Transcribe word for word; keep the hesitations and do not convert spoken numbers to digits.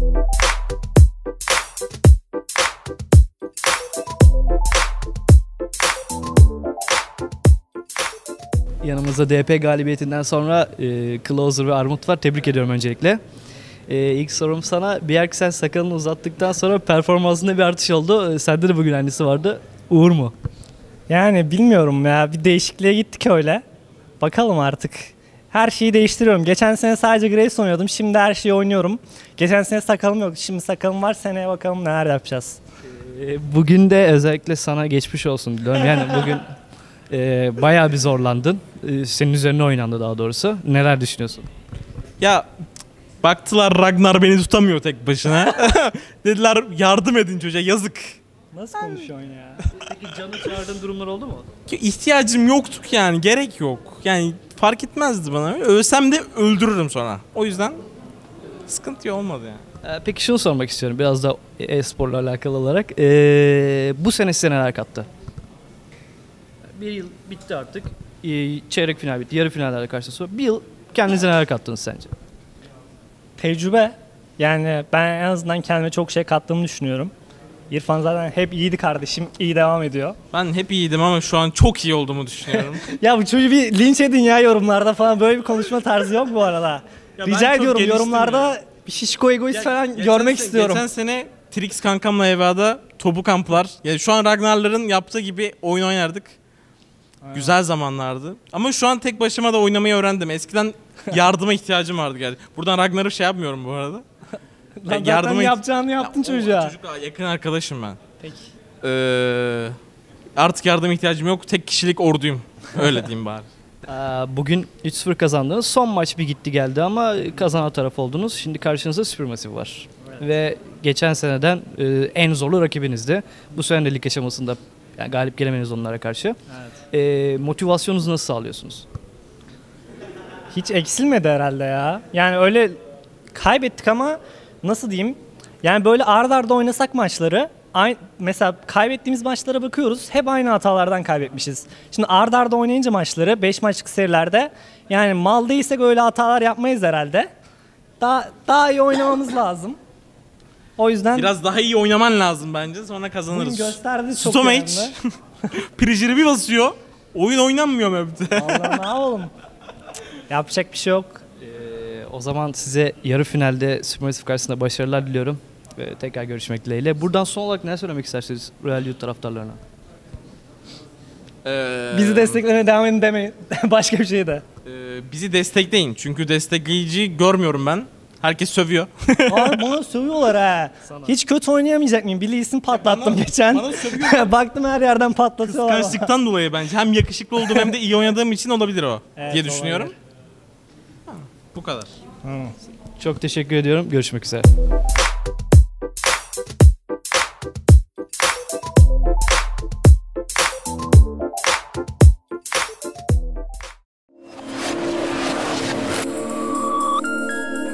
Yanımızda D P galibiyetinden sonra e, Closer ve Armut var. Tebrik ediyorum öncelikle. E, ilk sorum sana. Bjerg sen sakalını uzattıktan sonra performansında bir artış oldu. E, sende de bugün annesi vardı. Uğur mu? Yani bilmiyorum ya. Bir değişikliğe gittik öyle. Bakalım artık. Her şeyi değiştiriyorum. Geçen sene sadece Graves oynuyordum. Şimdi her şeyi oynuyorum. Geçen sene sakalım yok. Şimdi sakalım var. Seneye bakalım neler yapacağız. E, bugün de özellikle sana geçmiş olsun diliyorum. Yani bugün e, bayağı bir zorlandın. E, senin üzerine oynandı daha doğrusu. Neler düşünüyorsun? Ya baktılar Ragnar beni tutamıyor tek başına. Dediler yardım edin çocuğa, yazık. Nasıl konuşuyorsun ya? Peki canı çağırdığın durumlar oldu mu? Ki İhtiyacım yoktu ki yani, gerek yok. Yani fark etmezdi bana. Ölsem de öldürürüm sonra. O yüzden sıkıntı olmadı yani. E, peki şunu sormak istiyorum biraz da e-sporla alakalı olarak. E, bu sene size neler kattı? Bir yıl bitti artık. E, çeyrek final bitti. Yarı finallerde karşılaşıyor. Bir yıl kendinize neler kattınız sence? Tecrübe. Yani ben en azından kendime çok şey kattığımı düşünüyorum. İrfan zaten hep iyiydi kardeşim. İyi devam ediyor. Ben hep iyiydim ama şu an çok iyi olduğumu düşünüyorum. Ya bu çocuğu bir linç edin ya yorumlarda falan. Böyle bir konuşma tarzı yok bu arada. Ya ben Rica çok ediyorum geliştim yorumlarda ya. bir şişko egoist Ya falan geçen görmek se- istiyorum. Geçen sene Trix kankamla Eva'da topu kamplar. Yani şu an Ragnar'ların yaptığı gibi oyun oynardık. Aynen. Güzel zamanlardı. Ama şu an tek başıma da oynamayı öğrendim. Eskiden yardıma ihtiyacım vardı geldi. Buradan Ragnar'ı şey yapmıyorum bu arada. Lan Ya zaten yapacağını yaptın ya, çocuğa. Çocukla yakın arkadaşım ben. Peki. Ee, artık yardıma ihtiyacım yok. Tek kişilik orduyum. Öyle diyeyim bari. Bugün üç sıfır kazandınız. Son maç bir gitti geldi ama kazanan taraf oldunuz. Şimdi karşınızda Supermassive var. Evet. Ve geçen seneden en zorlu rakibinizdi. Bu sene de lig aşamasında yani galip gelemeniz onlara karşı. Evet. E, motivasyonunuzu nasıl sağlıyorsunuz? Hiç eksilmedi herhalde ya. Yani öyle kaybettik ama nasıl diyeyim? Yani böyle ard arda oynasak maçları, aynı, mesela kaybettiğimiz maçlara bakıyoruz. Hep aynı hatalardan kaybetmişiz. Şimdi ard arda oynayınca maçları beş maçlık serilerde yani mal değilsek öyle hatalar yapmayız herhalde. Daha daha iyi oynamamız lazım. O yüzden biraz daha iyi oynaman lazım bence. Sonra kazanırız. bugün gösterdi çok Stomach Prijiri bir basıyor. Oyun oynanmıyor map'te. Allah ne yapalım? Yapacak bir şey yok. Ee, o zaman size yarı finalde Supermassive karşısında başarılar diliyorum. Ve tekrar görüşmek dileğiyle. Buradan son olarak ne söylemek istersiniz Real Youth taraftarlarına? Ee, Bizi desteklemeye devam edin demeyin. Başka bir şey de. E, bizi destekleyin. Çünkü destekleyici görmüyorum ben. Herkes sövüyor. Abi bana sövüyorlar ha. Sana. Hiç kötü oynayamayacak mıyım? Billy'sini patlattım bana, geçen. Bana sövüyor. Baktım her yerden patlatıyorlar. Kıskançlıktan dolayı bence. Hem yakışıklı olduğum hem de iyi oynadığım için olabilir o Evet, diye düşünüyorum. Olabilir. Ha, bu kadar. Hmm. Çok teşekkür ediyorum. Görüşmek üzere.